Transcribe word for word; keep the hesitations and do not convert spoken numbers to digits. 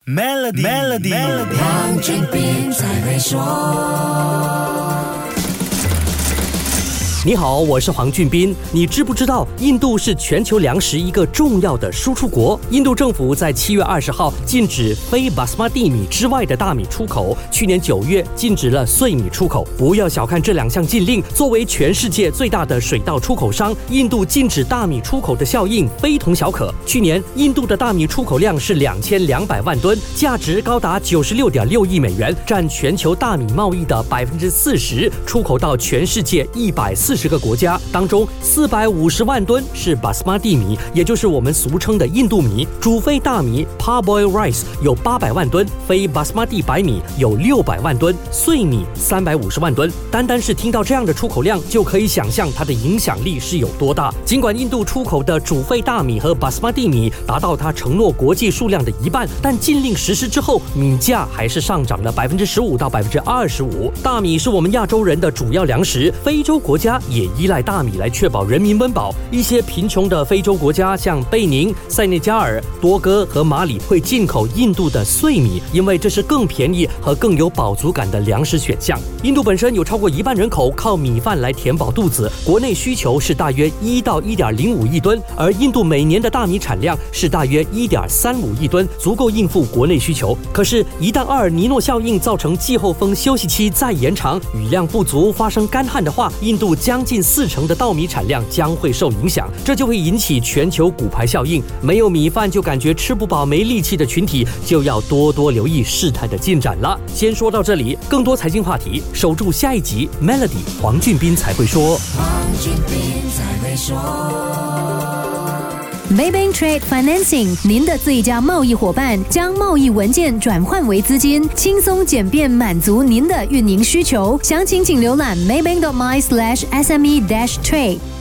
Melody， Melody， 黄俊斌才会说。 你好，我是黄俊斌。你知不知道印度是全球粮食一个重要的输出国？印度政府在七月二十号禁止非巴斯马蒂米之外的大米出口，去年九月禁止了碎米出口。不要小看这两项禁令，作为全世界最大的水稻出口商，印度禁止大米出口的效应非同小可。去年印度的大米出口量是两千两百万吨，价值高达九十六点六亿美元，占全球大米贸易的百分之四十，出口到全世界一百四十个国家，当中四百五十万吨是巴斯马蒂米，也就是我们俗称的印度米。煮沸大米 Parboiled Rice 有八百万吨，非巴斯马蒂白米有六百万吨，碎米三百五十万吨。单单是听到这样的出口量，就可以想象它的影响力是有多大。尽管印度出口的煮沸大米和巴斯马蒂米达到它承诺国际数量的一半，但禁令实施之后，米价还是上涨了百分之十五到百分之二十五。大米是我们亚洲人的主要粮食，非洲国家也依赖大米来确保人民温饱。一些贫穷的非洲国家，像贝宁、塞内加尔、多哥和马里会进口印度的碎米，因为这是更便宜和更有饱足感的粮食选项。印度本身有超过一半人口靠米饭来填饱肚子，国内需求是大约一到一点零五亿吨，而印度每年的大米产量是大约一点三五亿吨，足够应付国内需求。可是，一旦阿尔尼诺效应造成季候风休息期再延长，雨量不足，发生干旱的话，印度将近四成的稻米产量将会受影响，这就会引起全球骨牌效应。没有米饭就感觉吃不饱没力气的群体，就要多多留意事态的进展了。先说到这里，更多财经话题，守住下一集 Melody 黄俊斌才会说。 黄俊斌才会说。 Maybank Trade Financing， 您的最佳贸易伙伴，将贸易文件转换为资金，轻松简便满足您的运营需求。详情请浏览 maybank dot my slash S M E dash trade。